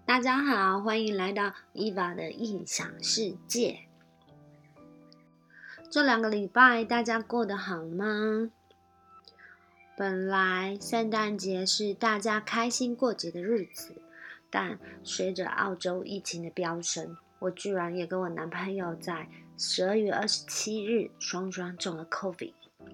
大家好，欢迎来到伊娃的异想世界。这2个礼拜大家过得好吗？本来圣诞节是大家开心过节的日子，但随着澳洲疫情的飙升，我居然也跟我男朋友在12月27日双双中了 COVID。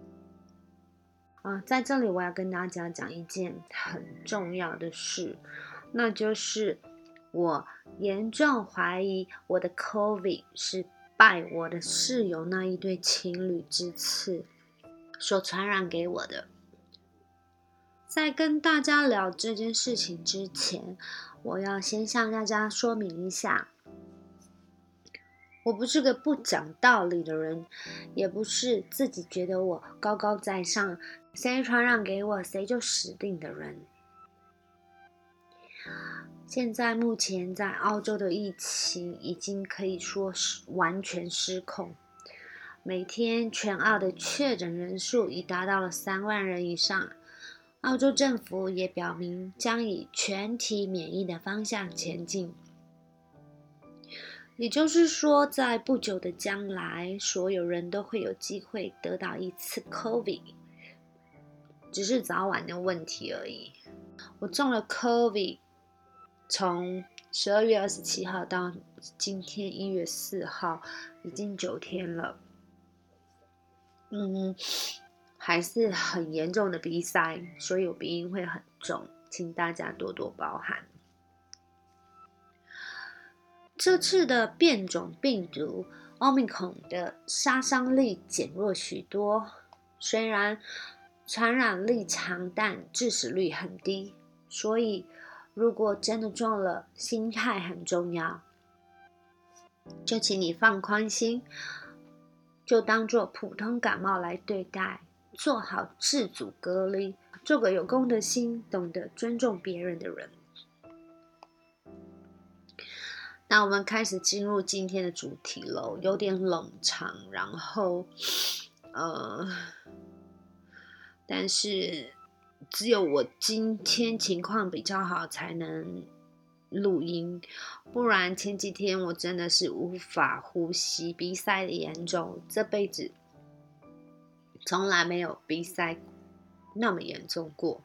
在这里我要跟大家讲一件很重要的事，那就是我严重怀疑我的 COVID 是拜我的室友那一对情侣之赐所传染给我的。在跟大家聊这件事情之前，我要先向大家说明一下，我不是个不讲道理的人，也不是自己觉得我高高在上，谁传染给我谁就死定的人。现在目前在澳洲的疫情已经可以说是完全失控，每天全澳的确诊人数已达到了3万人以上。澳洲政府也表明将以全体免疫的方向前进，也就是说在不久的将来，所有人都会有机会得到一次 COVID， 只是早晚的问题而已。我中了 COVID， 从12月27号到今天1月4号已经9天了。还是很严重的鼻塞，所以我鼻音会很重，请大家多多包涵。这次的变种病毒 Omicron 的杀伤力减弱许多，虽然传染力强，但致死率很低，所以如果真的中了，心态很重要，就请你放宽心，就当作普通感冒来对待，做好自主隔离，做个有公德心、懂得尊重别人的人。那我们开始进入今天的主题咯，有点冗长，然后但是只有我今天情况比较好才能录音，不然前几天我真的是无法呼吸，鼻塞的严重，这辈子从来没有鼻塞那么严重过。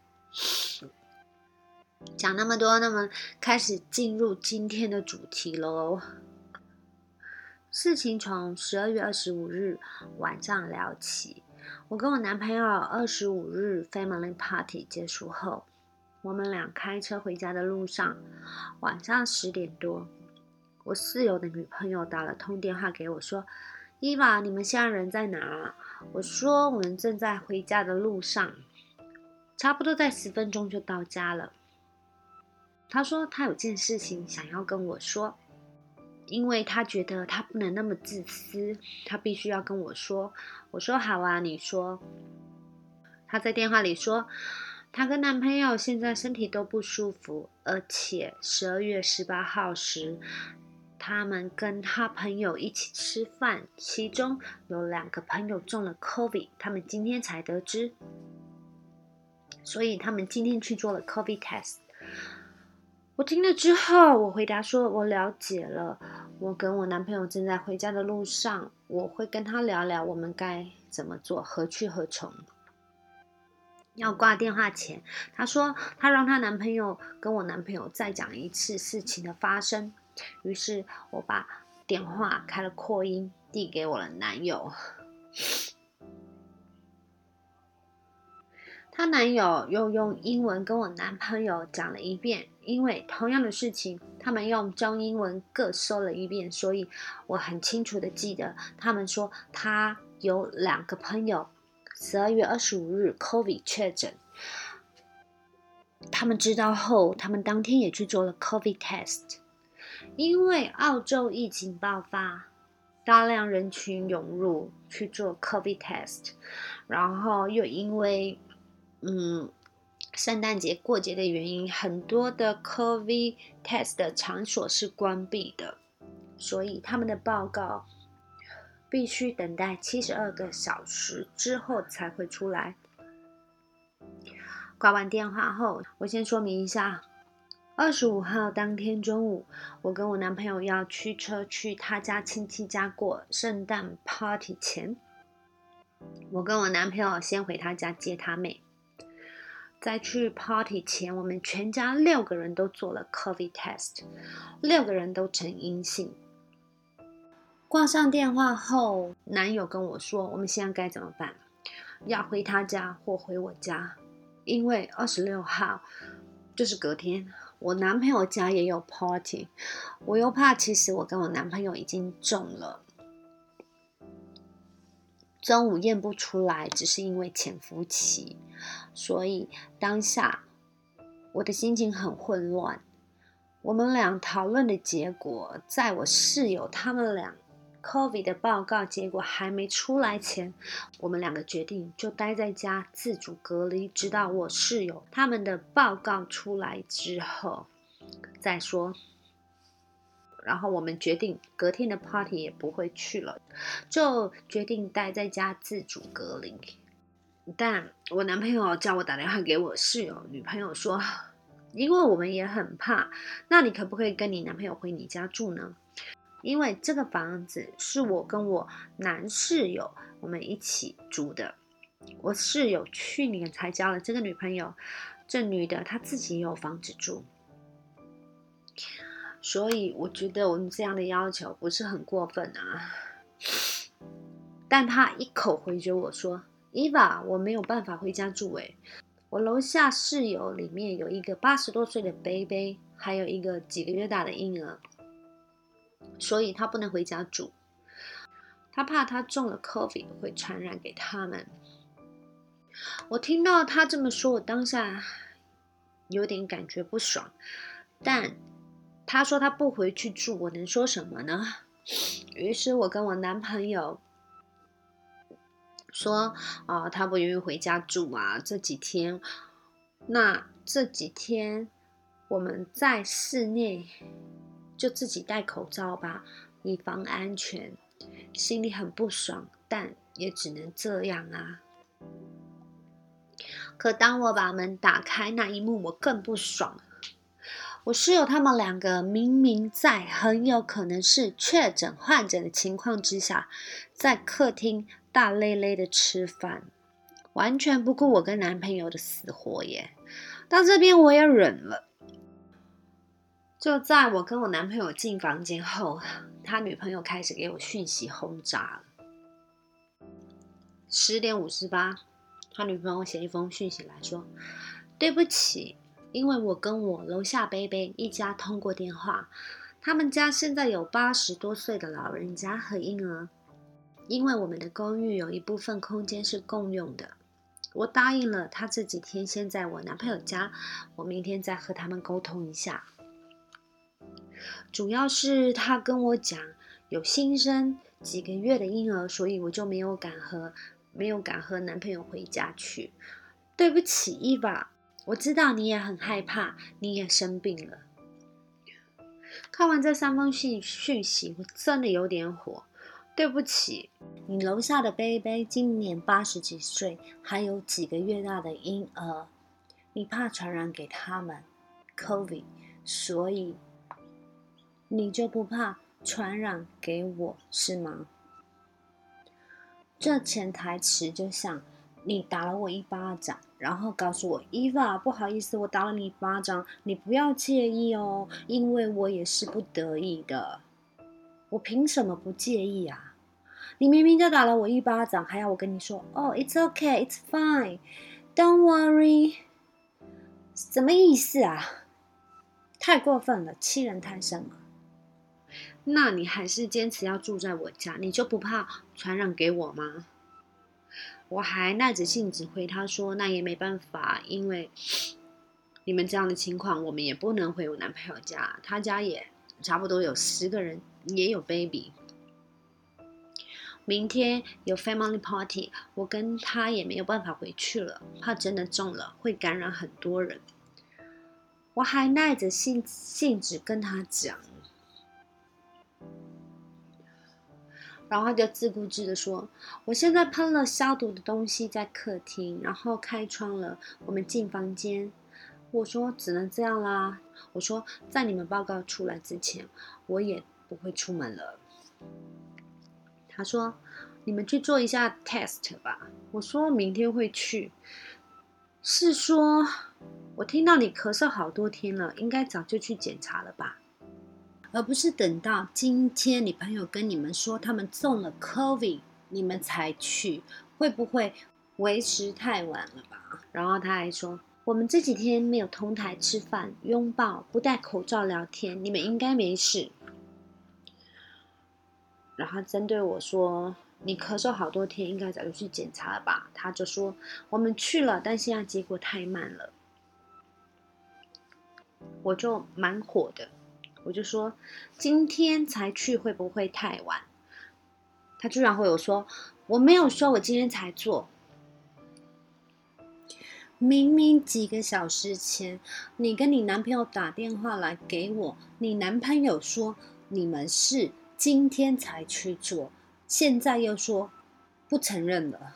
讲那么多，那么开始进入今天的主题咯。事情从12月25日晚上聊起，我跟我男朋友25日 family party 结束后，我们俩开车回家的路上，晚上10点多，我室友的女朋友打了通电话给我说，伊娃，你们现在人在哪？我说我们正在回家的路上，差不多在10分钟就到家了。他说他有件事情想要跟我说，因为他觉得他不能那么自私，他必须要跟我说。我说好啊，你说。他在电话里说，他跟男朋友现在身体都不舒服，而且12月18号时，他们跟他朋友一起吃饭，其中有2个朋友中了 COVID， 他们今天才得知，所以他们今天去做了 COVID test。我听了之后，我回答说我了解了，我跟我男朋友正在回家的路上，我会跟他聊聊我们该怎么做，何去何从。要挂电话前，他说他让他男朋友跟我男朋友再讲一次事情的发生，于是我把电话开了扩音，递给我的男友。她男友又用英文跟我男朋友讲了一遍，因为同样的事情他们用中英文各说了一遍，所以我很清楚的记得他们说他有2个朋友12月25日 COVID 确诊，他们知道后，他们当天也去做了 COVID test。 因为澳洲疫情爆发，大量人群涌入去做 COVID test， 然后又因为圣诞节过节的原因，很多的 COVID test 的场所是关闭的，所以他们的报告必须等待72个小时之后才会出来。挂完电话后，我先说明一下， 25号当天中午，我跟我男朋友要驱车去他家亲戚家过圣诞 party 前，我跟我男朋友先回他家接他妹。在去 party 前，我们全家6个人都做了 COVID test，6个人都呈阴性。挂上电话后，男友跟我说，我们现在该怎么办？要回他家或回我家？因为26号就是隔天，我男朋友家也有 party， 我又怕其实我跟我男朋友已经中了，中午验不出来，只是因为潜伏期，所以当下我的心情很混乱。我们俩讨论的结果，在我室友他们俩 COVID 的报告结果还没出来前，我们2个决定就待在家自主隔离，直到我室友他们的报告出来之后再说。然后我们决定隔天的 party 也不会去了，就决定待在家自主隔离。但我男朋友叫我打电话给我室友女朋友说，因为我们也很怕，那你可不可以跟你男朋友回你家住呢？因为这个房子是我跟我男室友我们一起租的，我室友去年才交了这个女朋友，这女的她自己也有房子住，所以我觉得我们这样的要求不是很过分啊。但她一口回绝我说， Eva 我没有办法回家住我楼下室友里面有一个80多岁的baby，还有一个几个月大的婴儿，所以他不能回家住，他怕他中了 COVID 会传染给他们。我听到他这么说，我当下有点感觉不爽，但他说他不回去住，我能说什么呢？于是我跟我男朋友说他不愿意回家住啊，这几天我们在室内就自己戴口罩吧，以防安全。心里很不爽，但也只能这样啊。可当我把门打开那一幕，我更不爽。我室友他们2个明明在很有可能是确诊患者的情况之下，在客厅大咧咧的吃饭，完全不顾我跟男朋友的死活耶。到这边我也忍了。就在我跟我男朋友进房间后，他女朋友开始给我讯息轰炸了。10点58，他女朋友写一封讯息来说，对不起，因为我跟我楼下贝贝一家通过电话，他们家现在有80多岁的老人家和婴儿，因为我们的公寓有一部分空间是共用的，我答应了他这几天先在我男朋友家，我明天再和他们沟通一下。主要是他跟我讲有新生几个月的婴儿，所以我就没有敢和男朋友回家去。对不起Eva，我知道你也很害怕，你也生病了。看完这3封讯息，我真的有点火。对不起，你楼下的baby今年80几岁，还有几个月大的婴儿，你怕传染给他们 COVID， 所以你就不怕传染给我是吗？这潜台词就像你打了我一巴掌，然后告诉我 Eva 不好意思，我打了你一巴掌，你不要介意哦，因为我也是不得已的。我凭什么不介意啊？你明明就打了我一巴掌，还要我跟你说it's okay, it's fine, don't worry， 什么意思啊？太过分了，欺人太甚了。那你还是坚持要住在我家，你就不怕传染给我吗？我还耐着性子回他说，那也没办法，因为你们这样的情况，我们也不能回我男朋友家，他家也差不多有10个人，也有 baby。明天有 family party， 我跟他也没有办法回去了，怕真的中了会感染很多人。我还耐着性子跟他讲，然后他就自顾自的说，我现在喷了消毒的东西在客厅，然后开窗了，我们进房间， 我说只能这样啦。我说在你们报告出来之前，我也不会出门了。他说你们去做一下 test 吧。我说明天会去。是说我听到你咳嗽好多天了，应该早就去检查了吧，而不是等到今天你朋友跟你们说他们中了 COVID， 你们才去，会不会为时太晚了吧？然后他还说我们这几天没有同台吃饭、拥抱、不戴口罩聊天，你们应该没事。然后针对我说你咳嗽好多天，应该早就去检查了吧？他就说我们去了，但现在结果太慢了。我就蛮火的，我就说今天才去会不会太晚？他居然回我说我没有说我今天才做，明明几个小时前你跟你男朋友打电话来给我，你男朋友说你们是今天才去做，现在又说不承认了。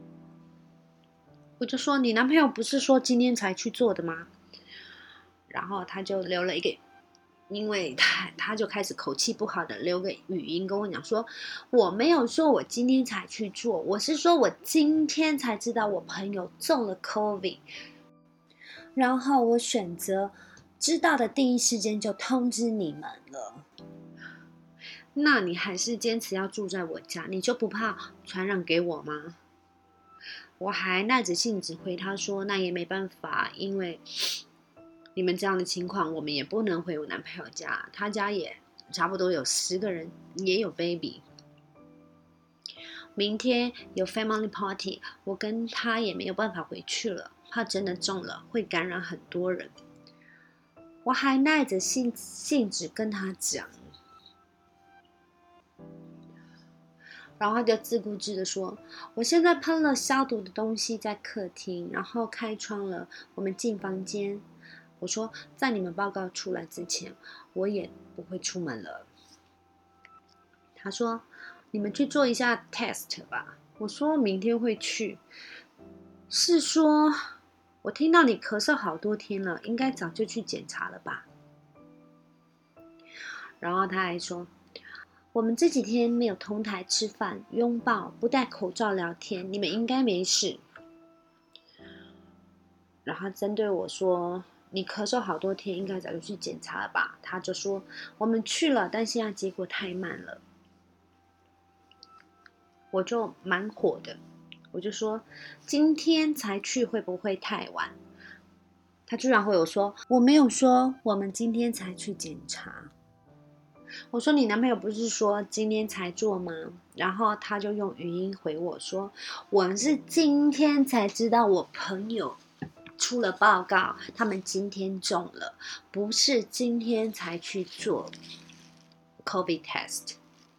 我就说你男朋友不是说今天才去做的吗？然后他就留了一个，因为他就开始口气不好的留个语音跟我讲说，我没有说我今天才去做，我是说我今天才知道我朋友中了 COVID， 然后我选择知道的第一时间就通知你们了。那你还是坚持要住在我家，你就不怕传染给我吗？我还耐着性子回他说，那也没办法，因为你们这样的情况，我们也不能回我男朋友家，他家也差不多有10个人，也有 baby。明天有 family party， 我跟他也没有办法回去了，怕真的中了会感染很多人。我还耐着性子跟他讲，然后他就自顾自的说，我现在喷了消毒的东西在客厅，然后开窗了，我们进房间。我说在你们报告出来之前，我也不会出门了。他说你们去做一下 test 吧。我说明天会去。是说我听到你咳嗽好多天了，应该早就去检查了吧。然后他还说我们这几天没有同台吃饭、拥抱、不戴口罩聊天，你们应该没事。然后针对我说你咳嗽好多天，应该早就去检查了吧？他就说我们去了，但现在结果太慢了。我就蛮火的，我就说今天才去会不会太晚？他居然回我说我没有说我们今天才去检查。我说你男朋友不是说今天才做吗？然后他就用语音回我说我是今天才知道我朋友出了报告，他们今天中了，不是今天才去做 COVID test。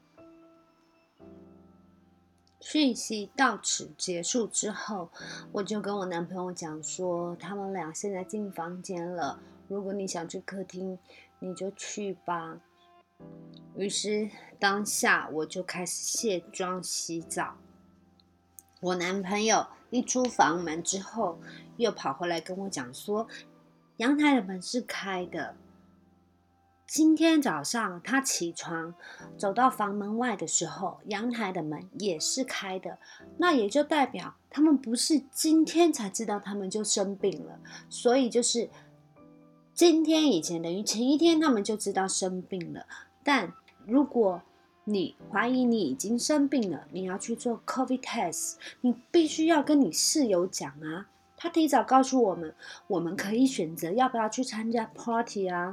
讯息到此结束之后，我就跟我男朋友讲说他们俩现在进房间了，如果你想去客厅你就去吧。于是当下我就开始卸妆洗澡。我男朋友一出房门之后，又跑回来跟我讲说，阳台的门是开的。今天早上他起床走到房门外的时候，阳台的门也是开的，那也就代表他们不是今天才知道他们就生病了，所以就是今天以前等于前一天他们就知道生病了。但如果你怀疑你已经生病了，你要去做 COVID test， 你必须要跟你室友讲啊。他提早告诉我们，我们可以选择要不要去参加 party 啊，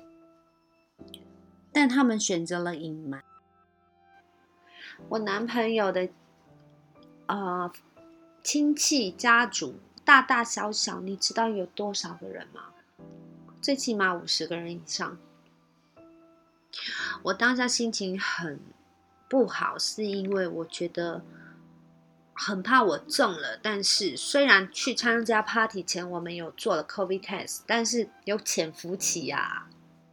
但他们选择了隐瞒。我男朋友的亲戚家族大大小小，你知道有多少个人吗？最起码50个人以上。我当下心情很不好，是因为我觉得很怕我中了，但是虽然去参加 party 前我们有做了 COVID test， 但是有潜伏期啊。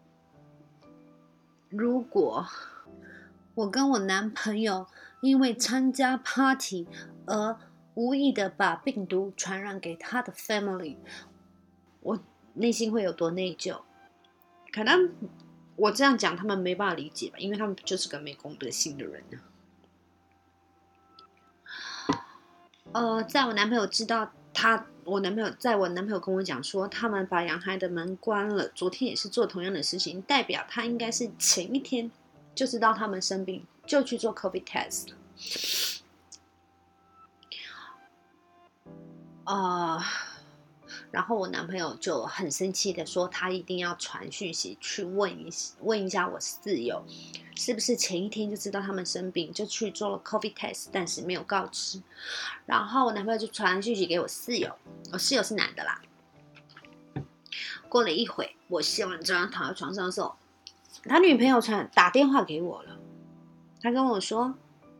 如果我跟我男朋友因为参加 party 而无意的把病毒传染给他的 family， 内心会有多内疚。可能我这样讲他们没办法理解吧，因为他们就是个没公德心的人在我男朋友知道我男朋友跟我讲说他们把阳台的门关了，昨天也是做同样的事情，代表他应该是前一天就知道他们生病，就去做 COVID test 了。然后我男朋友就很生气的说，他一定要传讯息去问一下我室友，是不是前一天就知道他们生病，就去做了 COVID test， 但是没有告知。然后我男朋友就传讯息给我室友，我室友是男的啦。过了一会，我洗完澡躺在床上的时候，他女朋友打电话给我了，他跟我说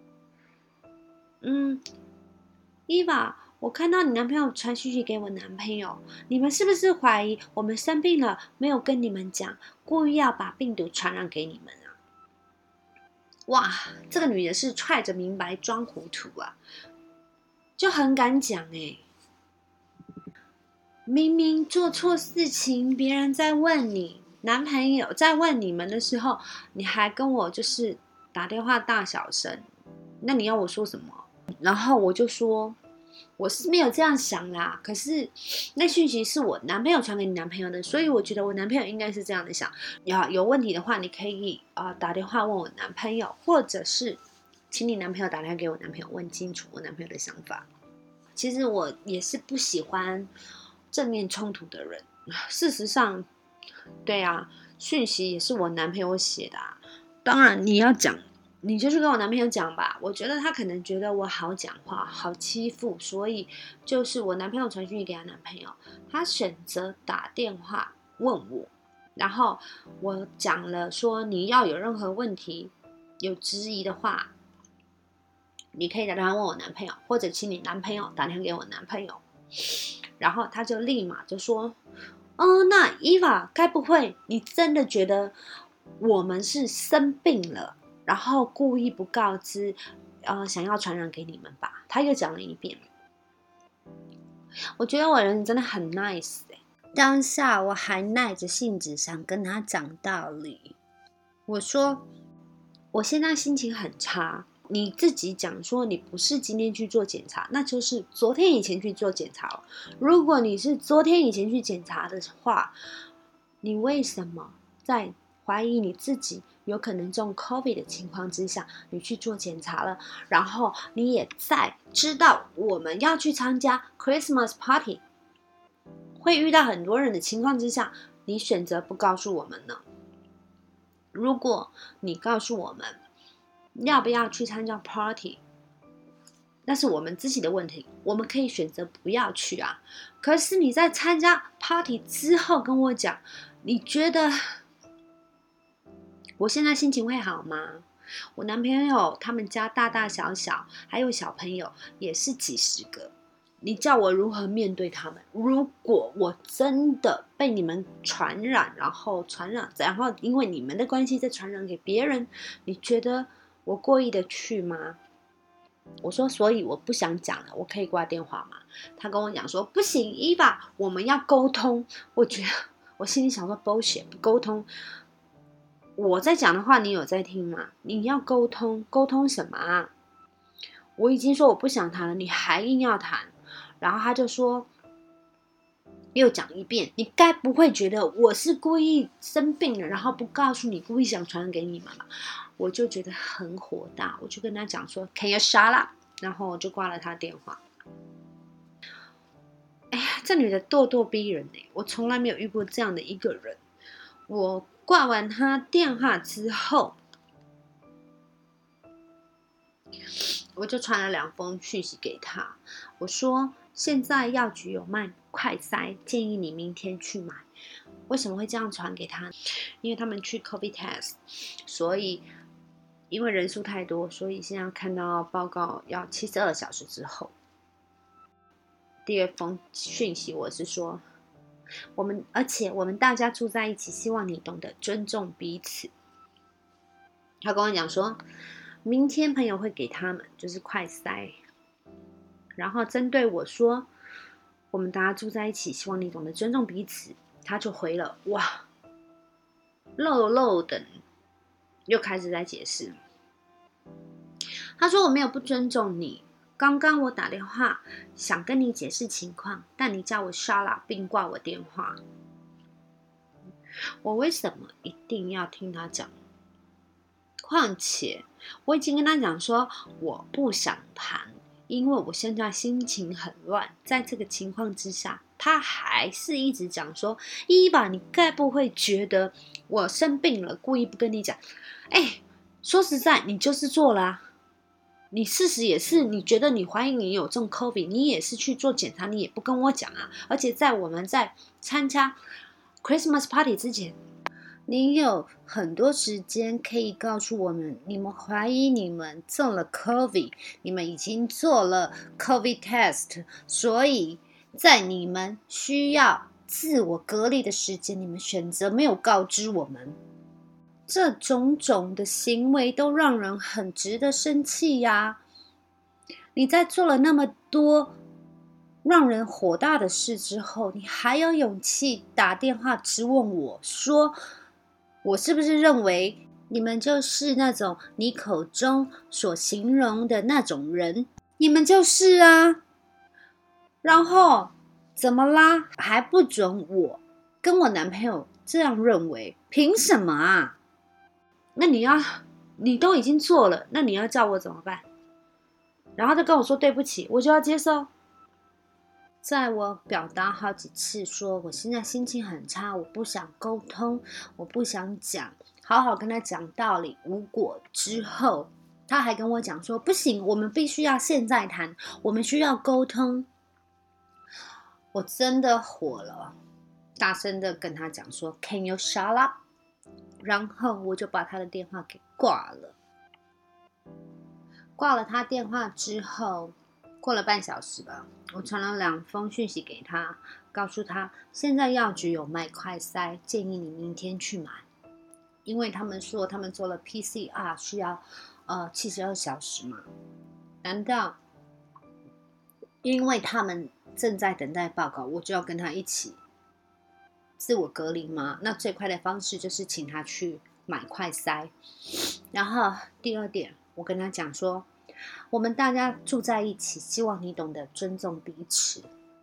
，Eva，我看到你男朋友传讯息给我男朋友，你们是不是怀疑我们生病了没有跟你们讲，故意要把病毒传染给你们啊？哇，这个女的是揣着明白装糊涂啊，就很敢讲明明做错事情，别人在问你，男朋友在问你们的时候，你还跟我就是打电话大小声，那你要我说什么？然后我就说，我是没有这样想啦，可是那讯息是我男朋友传给你男朋友的，所以我觉得我男朋友应该是这样的想。有问题的话，你可以打电话问我男朋友，或者是请你男朋友打电话给我男朋友，问清楚我男朋友的想法。其实我也是不喜欢正面冲突的人。事实上，对啊，讯息也是我男朋友写的啊。当然你要讲，你就去跟我男朋友讲吧。我觉得他可能觉得我好讲话、好欺负，所以就是我男朋友传讯息给他男朋友，他选择打电话问我，然后我讲了说你要有任何问题、有质疑的话，你可以打电话问我男朋友，或者请你男朋友打电话给我男朋友。然后他就立马就说，那 Eva， 该不会你真的觉得我们是生病了，然后故意不告知，想要传染给你们吧？他又讲了一遍。我觉得我人真的很 nice当下我还耐着性子想跟他讲道理。我说，我现在心情很差。你自己讲说你不是今天去做检查，那就是昨天以前去做检查了。如果你是昨天以前去检查的话，你为什么在怀疑你自己有可能中 COVID 的情况之下，你去做检查了，然后你也在知道我们要去参加 Christmas Party 会遇到很多人的情况之下，你选择不告诉我们呢？如果你告诉我们要不要去参加 party， 那是我们自己的问题，我们可以选择不要去啊。可是你在参加 party 之后跟我讲，你觉得我现在心情会好吗？我男朋友他们家大大小小还有小朋友也是几十个，你叫我如何面对他们？如果我真的被你们传染，然后因为你们的关系再传染给别人，你觉得我过意的去吗？我说，所以我不想讲了，我可以挂电话吗？他跟我讲说，不行 ，Eva， 我们要沟通。我觉得我心里想说 ，bullshit， 不沟通。我在讲的话，你有在听吗？你要沟通，沟通什么啊？我已经说我不想谈了，你还硬要谈。然后他就说，又讲一遍，你该不会觉得我是故意生病了，然后不告诉你，故意想传染给你们吧？我就觉得很火大，我就跟他讲说 ，Can you shut up？ 然后我就挂了他电话。哎呀，这女的咄咄逼人我从来没有遇过这样的一个人。我挂完他电话之后，我就传了2封讯息给他，我说现在药局有卖快筛，建议你明天去买。为什么会这样传给他？因为他们去 COVID test， 所以因为人数太多，所以现在看到报告要72小时之后。第2封讯息我是说，而且我们大家住在一起，希望你懂得尊重彼此。他跟我讲说，明天朋友会给他们就是快筛，然后针对我说，我们大家住在一起，希望你懂得尊重彼此。 他就回了，哇，漏漏的，又开始在解释。他说我没有不尊重你，刚刚我打电话想跟你解释情况，但你叫我 shut up 并挂我电话。我为什么一定要听他讲？况且我已经跟他讲说我不想谈，因为我现在心情很乱。在这个情况之下，他还是一直讲说，伊娃，你该不会觉得我生病了，故意不跟你讲？说实在，你就是做了啊。你事实也是，你觉得你怀疑你有中 COVID， 你也是去做检查，你也不跟我讲啊。而且在我们在参加 Christmas Party 之前，你有很多时间可以告诉我们，你们怀疑你们中了 COVID， 你们已经做了 COVID test， 所以在你们需要自我隔离的时间，你们选择没有告知我们。这种种的行为都让人很值得生气呀！你在做了那么多让人火大的事之后，你还有勇气打电话质问我说，我是不是认为你们就是那种你口中所形容的那种人？你们就是啊！然后怎么啦？还不准我跟我男朋友这样认为？凭什么啊？那你都已经做了，那你要叫我怎么办？然后他跟我说对不起，我就要接受。在我表达好几次说我现在心情很差，我不想沟通，我不想讲，好好跟他讲道理无果之后，他还跟我讲说不行，我们必须要现在谈，我们需要沟通。我真的火了，大声的跟他讲说 Can you shut up？然后我就把他的电话给挂了。挂了他电话之后，过了半小时吧，我传了2封讯息给他，告诉他现在药局有卖快筛，建议你明天去买。因为他们说他们做了 PCR 需要72小时嘛，难道因为他们正在等待报告，我就要跟他一起自我隔离吗？那最快的方式就是请他去买快筛。然后第二点，我跟他讲说，我们大家住在一起，希望你懂得尊重彼此。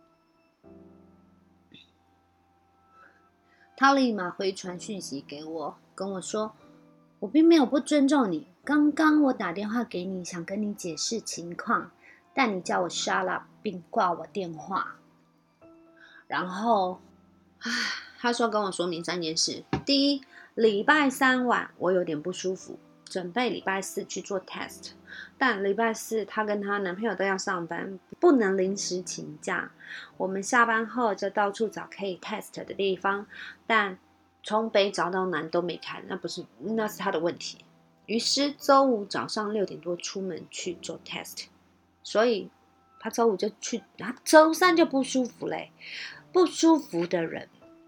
他立马回传讯息给我，跟我说，我并没有不尊重你，刚刚我打电话给你，想跟你解释情况，但你叫我 shut up 并挂我电话。然后他说跟我说明3件事。第一，礼拜3晚我有点不舒服，准备礼拜4去做 test， 但礼拜4她跟她男朋友都要上班，不能临时请假。我们下班后就到处找可以 test 的地方，但从北找到南都没开，那是他的问题。于是周5早上6点多出门去做 test， 所以他周5就去，他周3就不舒服嘞。不舒服的人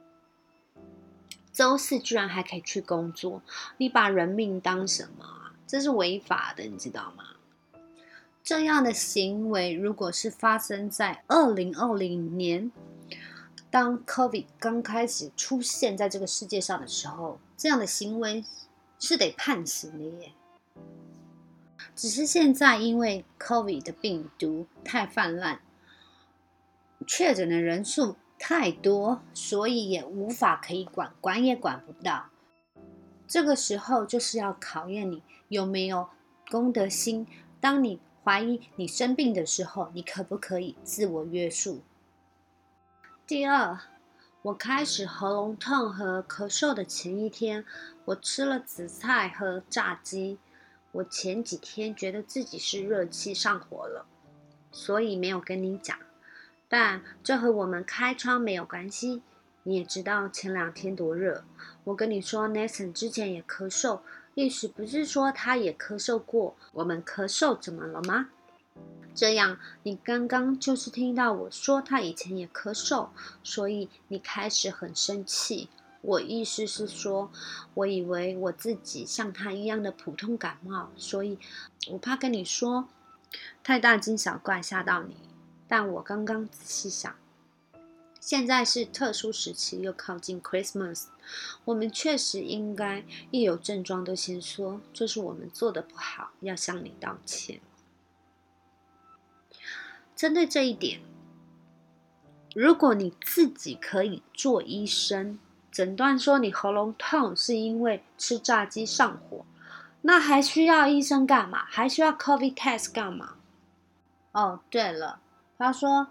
周4居然还可以去工作，你把人命当什么啊？这是违法的，你知道吗？这样的行为如果是发生在2020年，当 COVID 刚开始出现在这个世界上的时候，这样的行为是得判刑的耶。只是现在因为 COVID 的病毒太泛滥，确诊的人数太多，所以也无法可以管也管不到。这个时候就是要考验你有没有公德心。当你怀疑你生病的时候，你可不可以自我约束？第二，我开始喉咙痛和咳嗽的前一天，我吃了紫菜和炸鸡。我前几天觉得自己是热气上火了，所以没有跟你讲。但这和我们开窗没有关系。你也知道前2天多热。我跟你说 Nathan 之前也咳嗽，意思不是说他也咳嗽过，我们咳嗽怎么了吗？这样你刚刚就是听到我说他以前也咳嗽，所以你开始很生气。我意思是说，我以为我自己像他一样的普通感冒，所以我怕跟你说太大惊小怪吓到你。但我刚刚仔细想， 现在是特殊时期，又靠近 Christmas， 我们确实应该一有症状都先说这是我们做的不好，要向你道歉。针对这一点，如果你自己可以做医生，诊断说你喉咙痛是因为吃炸鸡上火，那还需要医生干嘛？还需要 COVID test 干嘛？哦，对了，他说，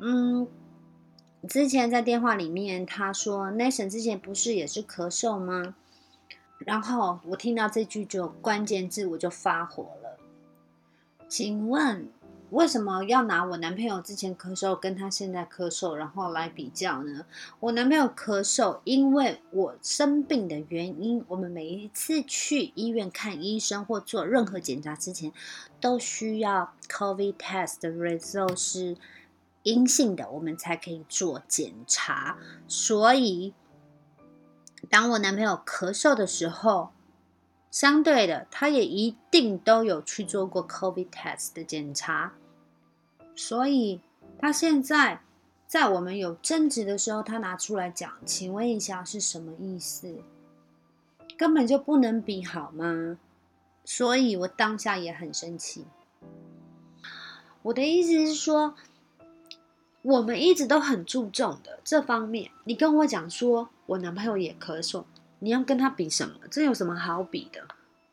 之前在电话里面他说 Nathan 之前不是也是咳嗽吗？然后我听到这句就关键字我就发火了。请问为什么要拿我男朋友之前咳嗽跟他现在咳嗽然后来比较呢？我男朋友咳嗽因为我生病的原因，我们每一次去医院看医生或做任何检查之前都需要 COVID test 的 result 是阴性的，我们才可以做检查。所以当我男朋友咳嗽的时候，相对的他也一定都有去做过 COVID test 的检查，所以他现在在我们有争执的时候他拿出来讲，请问一下是什么意思？根本就不能比好吗？所以我当下也很生气。我的意思是说，我们一直都很注重的这方面，你跟我讲说我男朋友也咳嗽，你要跟他比什么？这有什么好比的？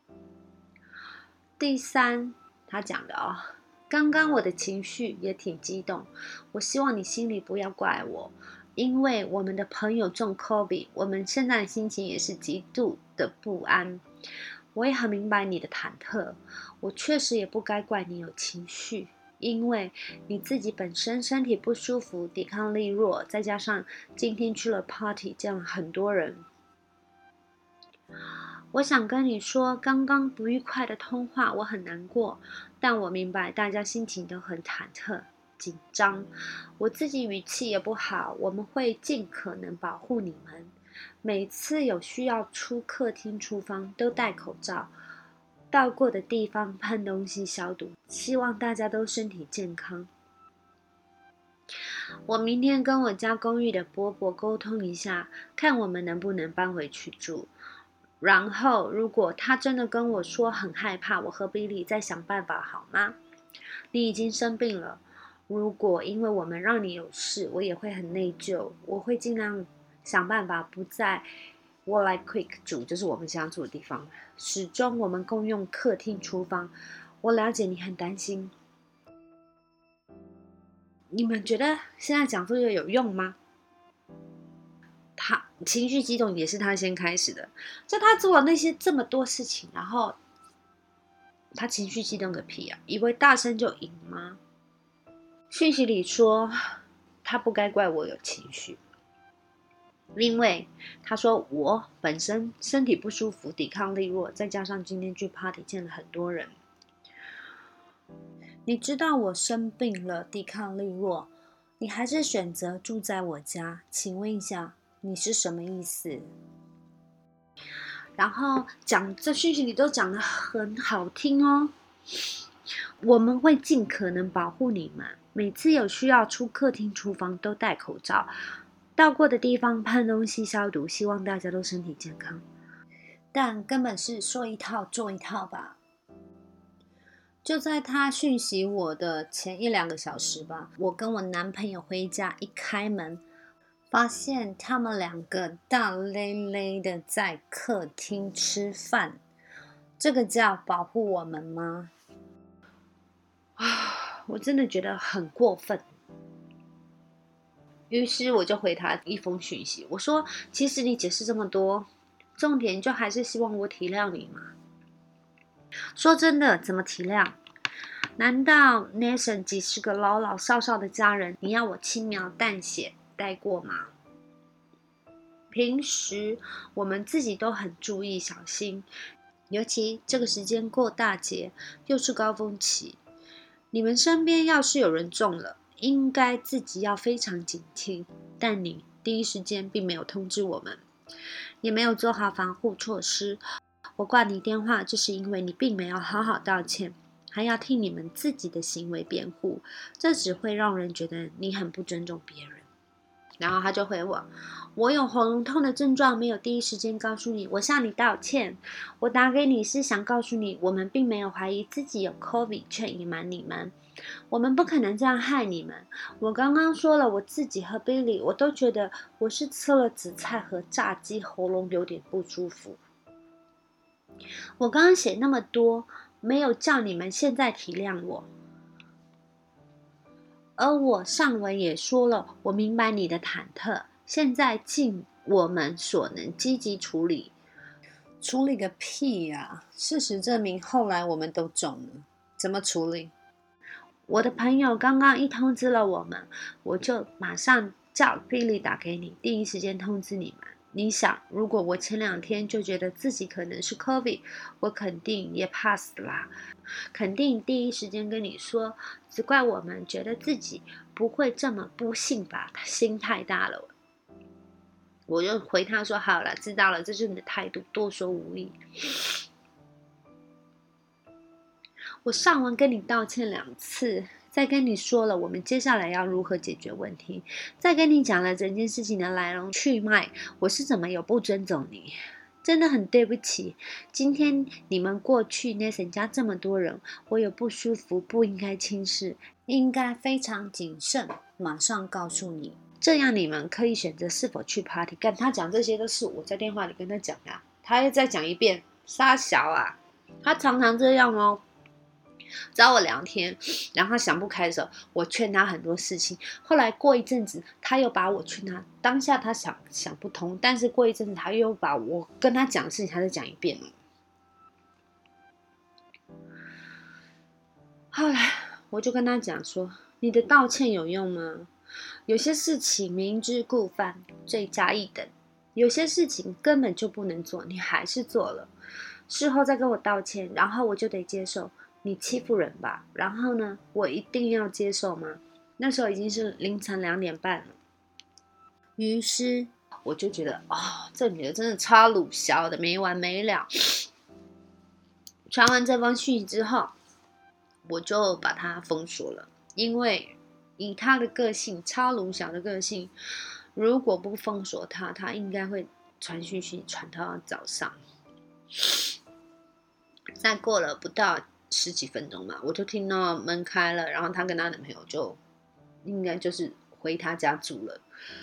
第三，他讲的刚刚我的情绪也挺激动，我希望你心里不要怪我，因为我们的朋友中 COVID， 我们现在的心情也是极度的不安。我也很明白你的忐忑，我确实也不该怪你有情绪，因为你自己本身身体不舒服，抵抗力弱，再加上今天去了 party， 见了很多人。我想跟你说，刚刚不愉快的通话我很难过，但我明白大家心情都很忐忑紧张，我自己语气也不好，我们会尽可能保护你们，每次有需要出客厅厨房都戴口罩，到过的地方喷东西消毒，希望大家都身体健康。我明天跟我家公寓的伯伯沟通一下，看我们能不能搬回去住。然后如果他真的跟我说很害怕，我和比利再想办法好吗？你已经生病了，如果因为我们让你有事，我也会很内疚，我会尽量想办法不在 Walleye Creek 住，就是我们想住的地方，始终我们共用客厅厨房。我了解你很担心，你们觉得现在讲这个有用吗？他情绪激动也是他先开始的，就他做了那些这么多事情，然后他情绪激动个屁啊！以为大声就赢吗？讯息里说他不该怪我有情绪，因为他说我本身身体不舒服，抵抗力弱，再加上今天去 party 见了很多人。你知道我生病了，抵抗力弱，你还是选择住在我家，请问一下你是什么意思？然后讲这讯息里都讲得很好听哦，我们会尽可能保护你们，每次有需要出客厅厨房都戴口罩，到过的地方喷东西消毒，希望大家都身体健康。但根本是说一套做一套吧。就在他讯息我的前1-2个小时吧，我跟我男朋友回家，一开门发现他们2个大咧咧的在客厅吃饭，这个叫保护我们吗？我真的觉得很过分。于是我就回他一封讯息，我说其实你解释这么多，重点就还是希望我体谅你嘛。说真的，怎么体谅？难道 Nathan 几十个老老少少的家人，你要我轻描淡写带过吗？平时我们自己都很注意小心，尤其这个时间过大节，又是高峰期，你们身边要是有人中了，应该自己要非常警惕，但你第一时间并没有通知我们，也没有做好防护措施。我挂你电话，就是因为你并没有好好道歉，还要替你们自己的行为辩护，这只会让人觉得你很不尊重别人。 然后他就回我有喉咙痛的症状，没有第一时间告诉你，我向你道歉。我打给你是想告诉你，我们并没有怀疑自己有 COVID 却隐瞒你们，我们不可能这样害你们。我刚刚说了，我自己和 Billy 我都觉得我是吃了紫菜和炸鸡，喉咙有点不舒服。我刚刚写那么多，没有叫你们现在体谅我。而我上文也说了，我明白你的忐忑，现在尽我们所能积极处理。 处理个屁啊！事实证明，后来我们都中了，怎么处理？ 我的朋友刚刚一通知了我们，我就马上叫 Billy 打给你，第一时间通知你们。你想，如果我前2天就觉得自己可能是 COVID， 我肯定也怕死啦，肯定第一时间跟你说，只怪我们觉得自己不会这么不幸吧，心太大了。我就回他说好了，知道了，这就是你的态度，多说无益。我上文跟你道歉2次，再跟你说了我们接下来要如何解决问题，再跟你讲了整件事情的来龙去脉，我是怎么有不尊重你，真的很对不起。今天你们过去 Nathan 家这么多人，我有不舒服，不应该轻视， 应该非常谨慎，马上告诉你。 这样你们可以选择是否去 party。 干他讲这些都是我在电话里跟他讲啊，他又再讲一遍，傻小啊，他常常这样哦。找我聊天，然后他想不开的时候，我劝他很多事情。后来过一阵子，他又把我劝他，当下他想不通，但是过一阵子他又把我跟他讲的事情，他再讲一遍了。后来我就跟他讲说，你的道歉有用吗？有些事情明知故犯，罪加一等，有些事情根本就不能做，你还是做了，事后再跟我道歉，然后我就得接受你欺负人吧。然后呢，我一定要接受吗？那时候已经是凌晨2点半了。于是我就觉得这女的真的超鲁小的，没完没了。传完这封讯息之后，我就把她封锁了，因为以他的个性，超鲁小的个性，如果不封锁他，他应该会传讯息传到早上。再过了不到10几分钟嘛，我就听到门开了，然后她跟她男朋友就应该就是回她家住了。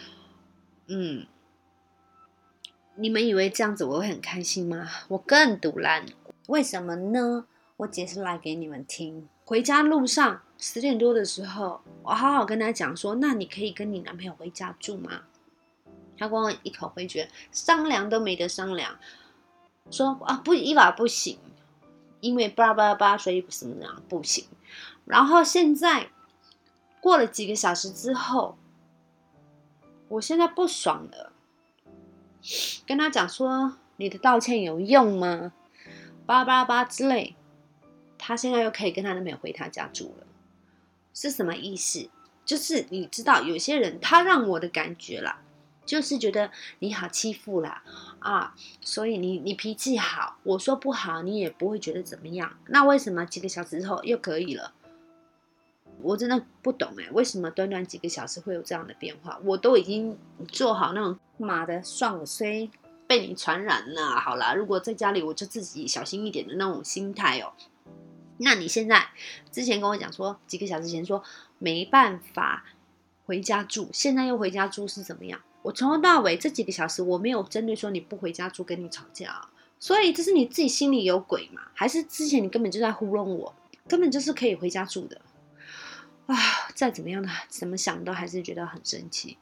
你们以为这样子我会很开心吗？我更堵烂。 为什么呢？我解释来给你们听。 回家路上10点多的时候，我好好跟他讲说，那你可以跟你男朋友回家住吗？他跟我一口回绝，商量都没得商量，说不，依法不行，因为叭叭叭，所以什么样不行。然后现在过了几个小时之后，我现在不爽了，跟他讲说，你的道歉有用吗？叭叭叭之类。她现在又可以跟她男朋友回她家住了，是什么意思？就是你知道，有些人他让我的感觉啦，就是觉得你好欺负啦所以你脾气好，我说不好你也不会觉得怎么样。那为什么几个小时之后又可以了？我真的不懂为什么短短几个小时会有这样的变化？我都已经做好那种妈的算我衰， 被你传染了。好啦，如果在家里我就自己小心一点的那种心态那你现在之前跟我讲说几个小时前说没办法回家住，现在又回家住是怎么样？我从头到尾这几个小时我没有针对说你不回家住跟你吵架所以这是你自己心里有鬼嘛？还是之前你根本就在糊弄我，根本就是可以回家住的再怎么样的怎么想都还是觉得很生气。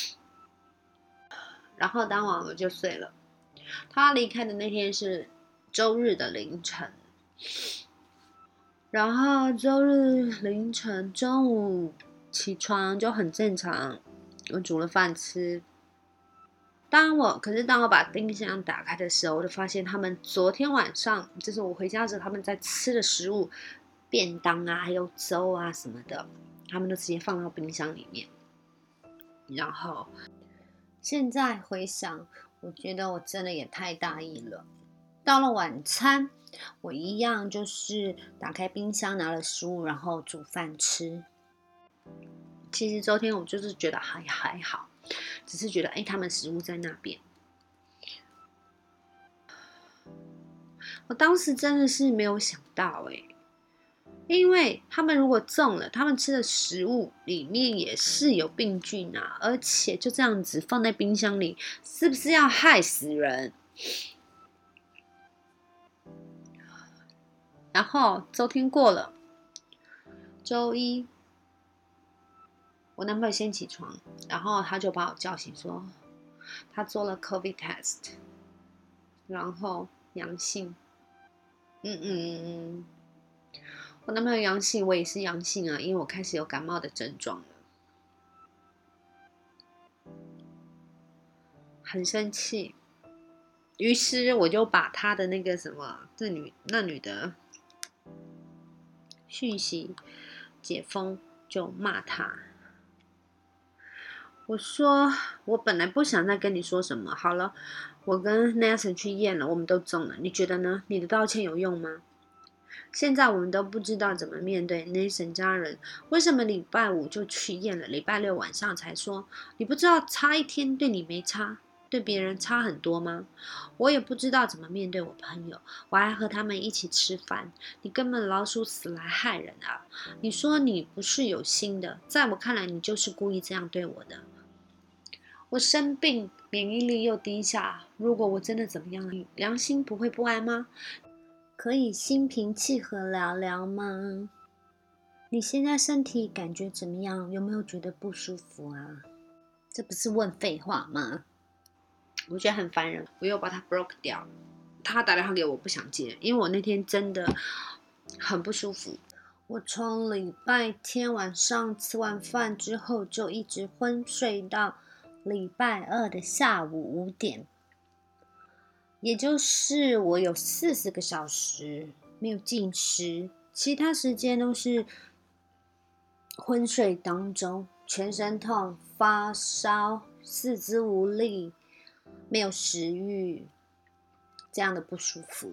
然后当晚我就睡了。他离开的那天是周日的凌晨，然后周日凌晨中午起床就很正常，我煮了饭吃。可是当我把冰箱打开的时候，我就发现他们昨天晚上就是我回家的时候他们在吃的食物，便当还有粥什么的，他们都直接放到冰箱里面。然后现在回想，我觉得我真的也太大意了。到了晚餐，我一样就是打开冰箱拿了食物，然后煮饭吃。 其实昨天我就是觉得还好， 只是觉得他们食物在那边。我当时真的是没有想到因为他们如果中了，他们吃的食物里面也是有病菌啊，而且就这样子放在冰箱里，是不是要害死人？然后周天过了，周一，我男朋友先起床，然后他就把我叫醒说，他做了 COVID test， 然后阳性。我男朋友阳性，我也是阳性啊，因为我开始有感冒的症状了，很生气。于是我就把他的那个什么，那女的讯息解封，就骂他。我说我本来不想再跟你说什么，好了，我跟 Nathan 去验了，我们都中了，你觉得呢？你的道歉有用吗？现在我们都不知道怎么面对 Nathan 家人，为什么礼拜五就去验了，礼拜六晚上才说？你不知道差一天对你没差，对别人差很多吗？我也不知道怎么面对我朋友，我还和他们一起吃饭，你根本老鼠屎来害人啊！你说你不是有心的，在我看来你就是故意这样对我的。我生病，免疫力又低下，如果我真的怎么样了，良心不会不安吗？ 可以心平气和聊聊吗？你现在身体感觉怎么样？有没有觉得不舒服啊？这不是问废话吗？ 我觉得很烦人，我又把他 block 掉。他打电话给我，不想接，因为我那天真的很不舒服。 我从礼拜天晚上吃完饭之后，就一直昏睡到礼拜二的下午5点，也就是我有40个小时没有进食，其他时间都是昏睡当中，全身痛、发烧、四肢无力、没有食欲，这样的不舒服。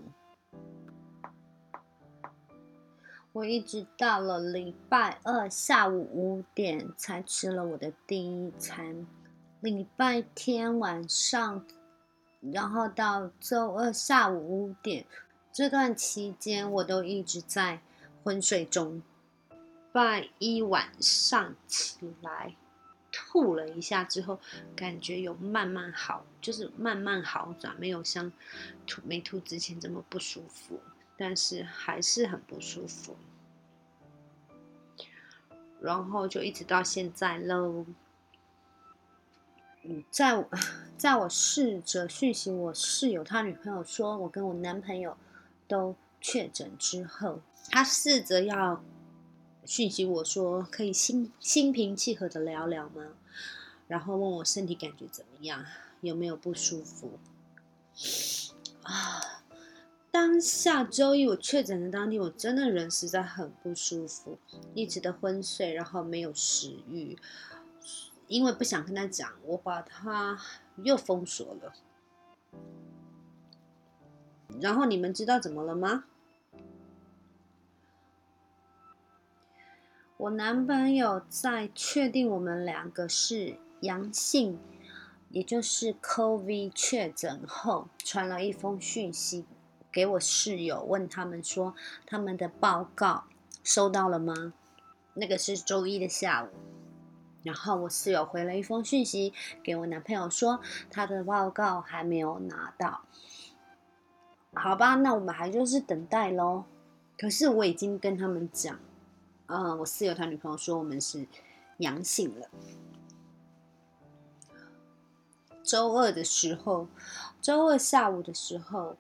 我一直到了礼拜二下午5点才吃了我的第一餐，礼拜天晚上，然后到周二下午5点，这段期间我都一直在昏睡中。 礼拜一晚上起来吐了一下之后，感觉有慢慢好，就是慢慢好转，没有像没吐之前这么不舒服，但是还是很不舒服。然后就一直到现在喽。 在我试着讯息我室友他女朋友说我跟我男朋友都确诊之后， 他试着要讯息我说可以心平气和的聊聊吗？然后问我身体感觉怎么样，有没有不舒服啊？当下周一我确诊的当天，我真的人实在很不舒服，一直的昏睡，然后没有食欲。因为不想跟他讲，我把他又封锁了。然后你们知道怎么了吗？ 我男朋友在确定我们2个是阳性，也就是 COVID 确诊后，传了一封讯息给我室友，问他们说他们的报告收到了吗？那个是周一的下午。然后我室友回了一封讯息给我男朋友说他的报告还没有拿到。好吧，那我们还就是等待咯。可是我已经跟他们讲，我室友他女朋友说我们是阳性了。周二下午的时候，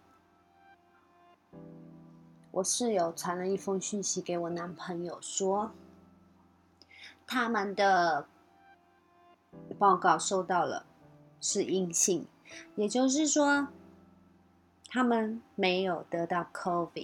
我室友传了一封讯息给我男朋友说他们的报告收到了，是阴性，也就是说他们没有得到 COVID，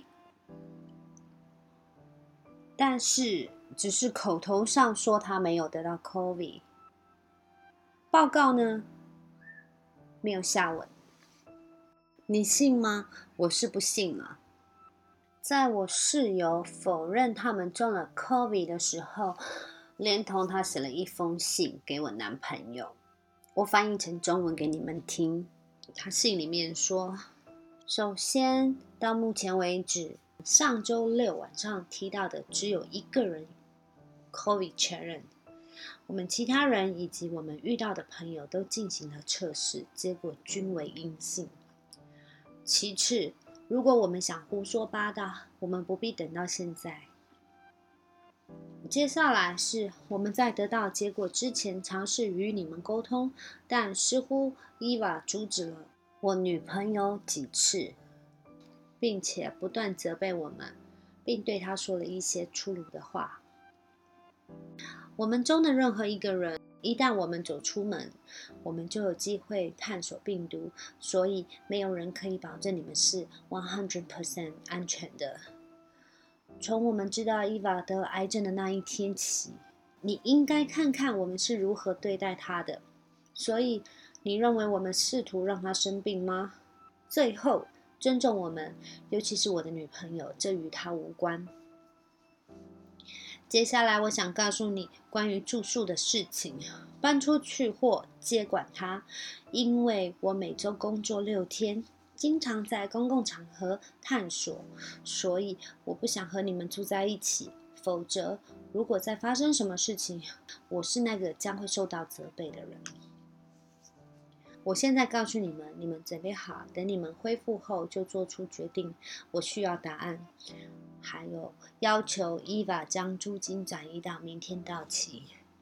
但是只是口头上说他没有得到 COVID， 报告呢没有下文。你信吗？我是不信了。在我室友否认他们中了 COVID 的时候，连同他写了一封信给我男朋友， 我翻译成中文给你们听。他信里面说，首先到目前为止，上周六晚上提到的只有一个人 COVID 确认，我们其他人以及我们遇到的朋友都进行了测试，结果均为阴性。其次，如果我们想胡说八道，我们不必等到现在。接下来是我们在得到结果之前尝试与你们沟通，但似乎伊娃阻止了我女朋友几次，并且不断责备我们，并对她说了一些粗鲁的话。我们中的任何一个人，一旦我们走出门，我们就有机会探索病毒，所以没有人可以保证你们是 100% 安全的。从我们知道伊娃得了癌症的那一天起，你应该看看我们是如何对待她的。所以，你认为我们试图让她生病吗？最后，尊重我们，尤其是我的女朋友，这与她无关。接下来，我想告诉你关于住宿的事情，搬出去或接管它，因为我每周工作6天。经常在公共场合探索，所以我不想和你们住在一起。否则，如果再发生什么事情，我是那个将会受到责备的人。我现在告诉你们，你们准备好，等你们恢复后就做出决定。我需要答案，还有要求伊娃将租金转移到明天到期。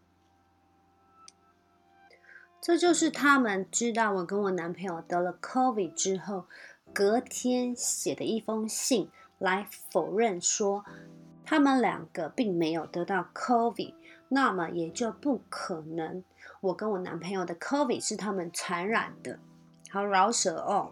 这就是他们知道我跟我男朋友得了 COVID 之后，隔天写的一封信来否认说他们两个并没有得到 COVID， 那么也就不可能我跟我男朋友的 COVID 是他们传染的。好饶舌哦！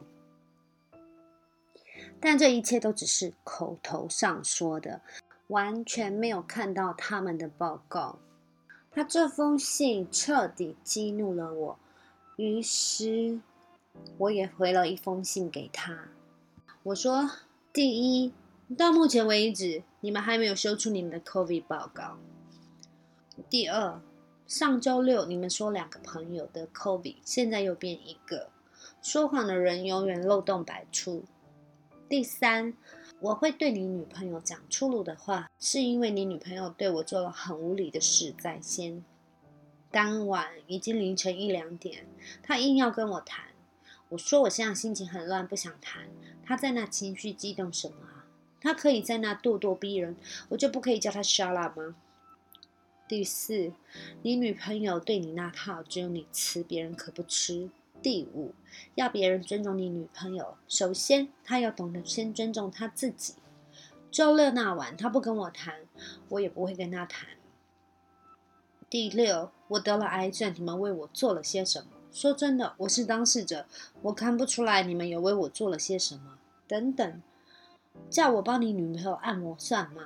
但这一切都只是口头上说的，完全没有看到他们的报告。他这封信彻底激怒了我，于是我也回了一封信给他。我说，第一，到目前为止，你们还没有修出你们的 COVID 报告。第二，上周六你们说2个朋友得 COVID， 现在又变1个，说谎的人永远漏洞百出。第三，我会对你女朋友讲粗鲁的话，是因为你女朋友对我做了很无理的事在先。当晚已经凌晨1、2点，她硬要跟我谈。我说我现在心情很乱，不想谈。她在那情绪激动什么啊？她可以在那咄咄逼人，我就不可以叫她 shut up 吗？第四，你女朋友对你那套只有你吃，别人可不吃。第五，要别人尊重你女朋友，首先她要懂得先尊重她自己。周六那晚，她不跟我谈，我也不会跟她谈。第六，我得了癌症，你们为我做了些什么？说真的，我是当事者，我看不出来你们有为我做了些什么。等等，叫我帮你女朋友按摩算吗？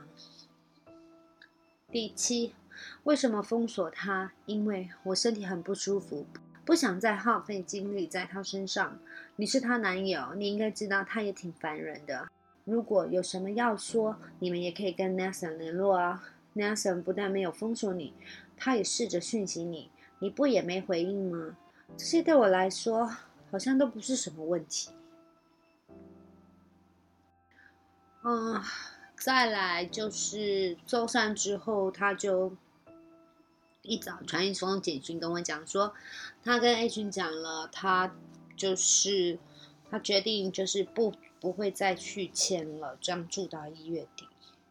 第七，为什么封锁她？因为我身体很不舒服，不想再耗费精力在她身上。你是她男友，你应该知道她也挺烦人的。如果有什么要说，你们也可以跟 Nelson 联络啊。Nelson 不但没有封锁你，他也试着讯息你，你不也没回应吗？这些对我来说好像都不是什么问题。再来就是周3之后，他就一早传一封简讯跟我讲说，他跟 A 群讲了，他决定就是不会再续签了，这样住到1月底。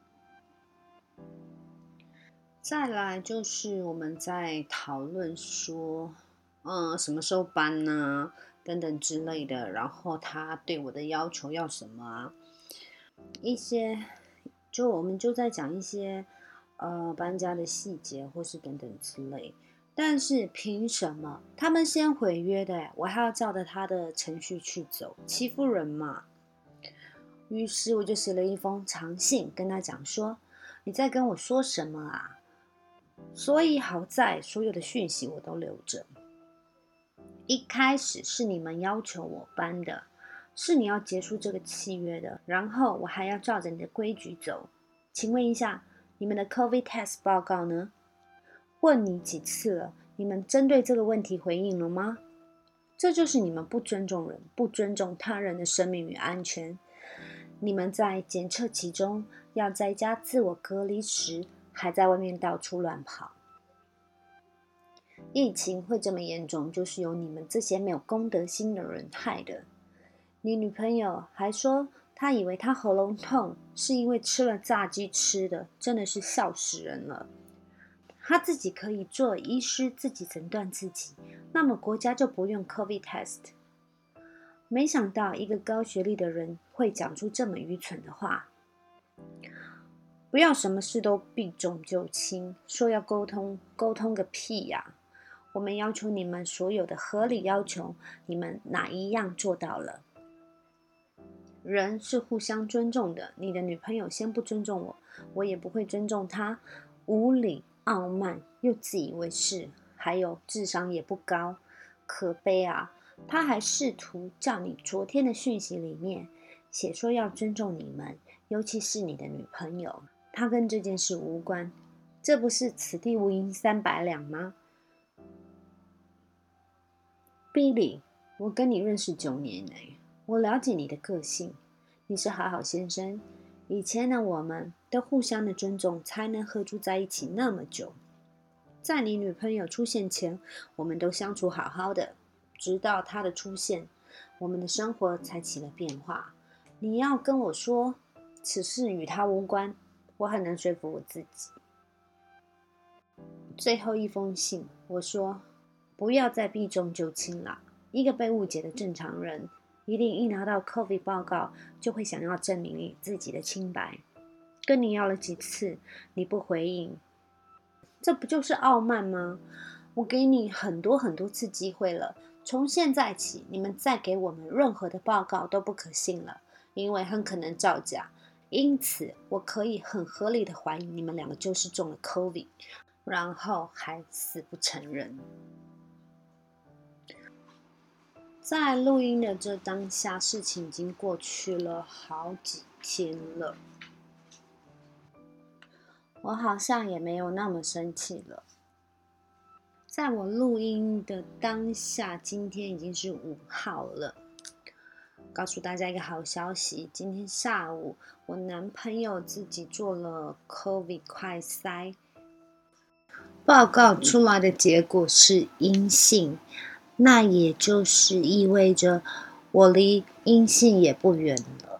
再来就是我们在讨论说，什么时候搬啊，等等之类的。然后他对我的要求要什么啊？我们就在讲一些搬家的细节或是等等之类。但是凭什么他们先毁约的，我还要照着他的程序去走，欺负人嘛？于是我就写了一封长信跟他讲说，你在跟我说什么啊？所以好在所有的讯息我都留着。一开始是你们要求我搬的，是你要结束这个契约的，然后我还要照着你的规矩走。请问一下，你们的 COVID test 报告呢？问你几次了， 你们针对这个问题回应了吗？这就是你们不尊重人，不尊重他人的生命与安全。你们在检测期中要在家自我隔离时，还在外面到处乱跑。疫情会这么严重，就是由你们这些没有公德心的人害的。你女朋友还说，她以为她喉咙痛是因为吃了炸鸡吃的，真的是笑死人了。她自己可以做医师，自己诊断自己，那么国家就不用 COVID test。没想到一个高学历的人会讲出这么愚蠢的话。不要什么事都避重就轻，说要沟通，沟通个屁呀！我们要求你们所有的合理要求，你们哪一样做到了？人是互相尊重的，你的女朋友先不尊重我，我也不会尊重她。无理、傲慢又自以为是，还有智商也不高，可悲啊！他还试图叫你昨天的讯息里面写说要尊重你们，尤其是你的女朋友，他跟这件事无关。这不是此地无银三百两吗？ Billy， 我跟你认识9年了，我了解你的个性，你是好好先生。以前的我们都互相的尊重，才能合住在一起那么久。在你女朋友出现前，我们都相处好好的，直到她的出现，我们的生活才起了变化。你要跟我说此事与她无关，我很难说服我自己。最后一封信，我说不要再避重就轻了。一个被误解的正常人，一定一拿到 COVID 报告，就会想要证明你自己的清白。跟你要了几次，你不回应，这不就是傲慢吗？我给你很多次机会了，从现在起，你们再给我们任何的报告都不可信了，因为很可能造假。因此，我可以很合理的怀疑你们两个就是中了 COVID， 然后还死不承认。在录音的这当下，事情已经过去了好几天了，我好像也没有那么生气了。在我录音的当下，今天已经是5号了。告诉大家一个好消息，今天下午我男朋友自己做了 COVID 快筛，报告出来的结果是阴性，那也就是意味着我离阴性也不远了。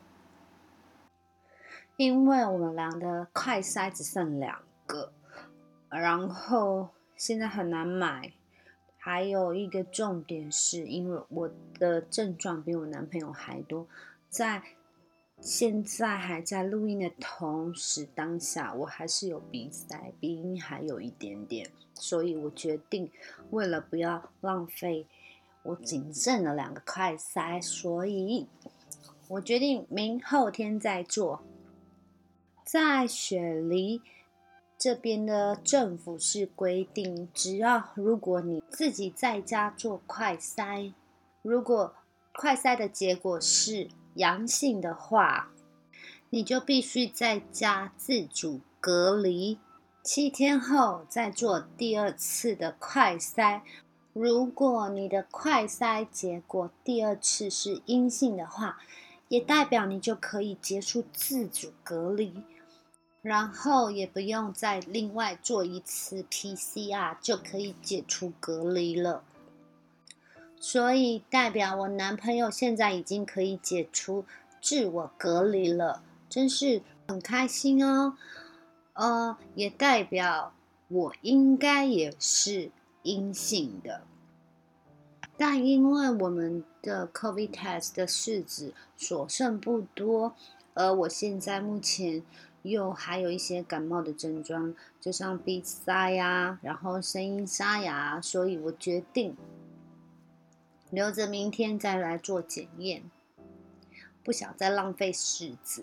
因为我们俩的快筛只剩2个，然后现在很难买。还有一个重点是，因为我的症状比我男朋友还多，在现在还在录音的同时当下，我还是有鼻塞，鼻音还有一点点，所以我决定为了不要浪费我仅剩的2个快筛，所以我决定明后天再做。在雪梨这边的政府是规定，如果你自己在家做快筛，如果快筛的结果是阳性的话，你就必须在家自主隔离7天后再做第2次的快筛。如果你的快筛结果第2次是阴性的话，也代表你就可以结束自主隔离，然后也不用再另外做1次 PCR 就可以解除隔离了。所以代表我男朋友现在已经可以解除自我隔离了，真是很开心哦。也代表我应该也是阴性的。但因为我们的 COVID test 的试纸所剩不多，而我现在目前又还有一些感冒的症状，就像鼻塞呀，然后声音沙哑，所以我决定留着明天再来做检验，不想再浪费试纸。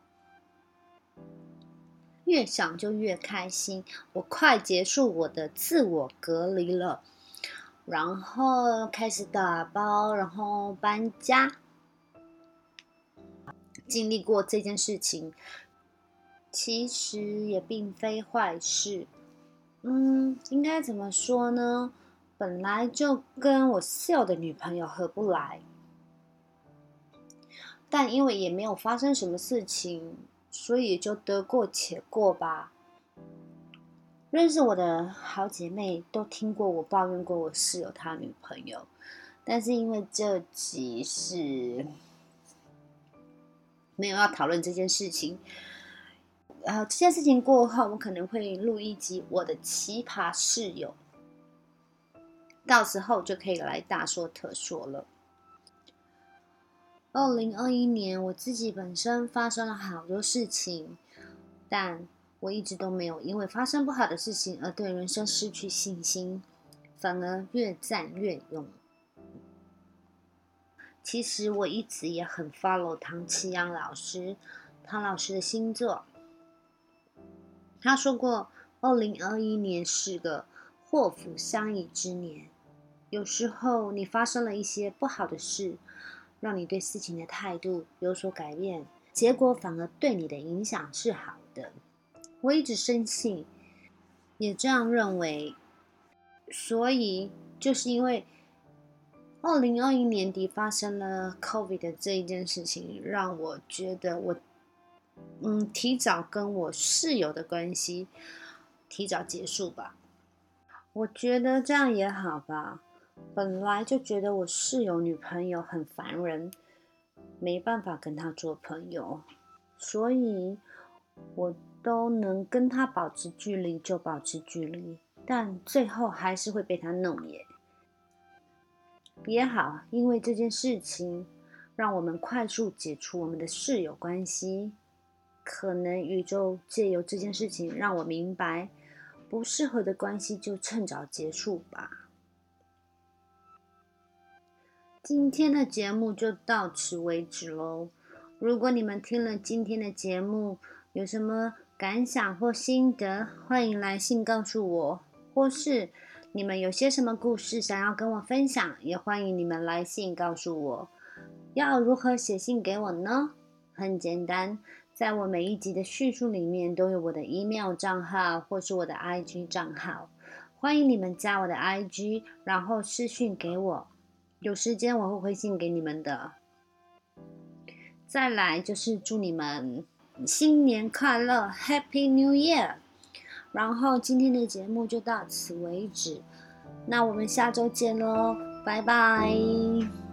越想就越开心，我快结束我的自我隔离了。然后开始打包，然后搬家。经历过这件事情，其实也并非坏事。应该怎么说呢？ 本来就跟我室友的女朋友合不来，但因为也没有发生什么事情，所以就得过且过吧。认识我的好姐妹都听过我抱怨过我室友他女朋友，但是因为这集是没有要讨论这件事情，这件事情过后，我可能会录一集我的奇葩室友，到时候就可以来大说特说了。2021年，我自己本身发生了好多事情，但我一直都没有因为发生不好的事情而对人生失去信心，反而越战越勇。其实我一直也很 follow 唐启阳老师，唐老师的星座。他说过，2021年是个祸福相依之年。有时候你发生了一些不好的事，让你对事情的态度有所改变，结果反而对你的影响是好的。我一直深信，也这样认为，所以就是因为2021年底发生了 COVID 的这一件事情，让我觉得我提早跟我室友的关系提早结束吧。我觉得这样也好吧，本来就觉得我室友女朋友很烦人，没办法跟她做朋友，所以我都能跟她保持距离就保持距离，但最后还是会被她弄耶。也好，因为这件事情让我们快速解除我们的室友关系，可能宇宙借由这件事情让我明白，不适合的关系就趁早结束吧。今天的节目就到此为止咯。如果你们听了今天的节目，有什么感想或心得，欢迎来信告诉我，或是你们有些什么故事想要跟我分享，也欢迎你们来信告诉我。要如何写信给我呢？很简单，在我每一集的叙述里面都有我的 email 账号或是我的 IG 账号，欢迎你们加我的 IG， 然后私讯给我，有时间我会回信给你们的。再来就是祝你们新年快乐 Happy New Year。 然后今天的节目就到此为止，那我们下周见咯，拜拜。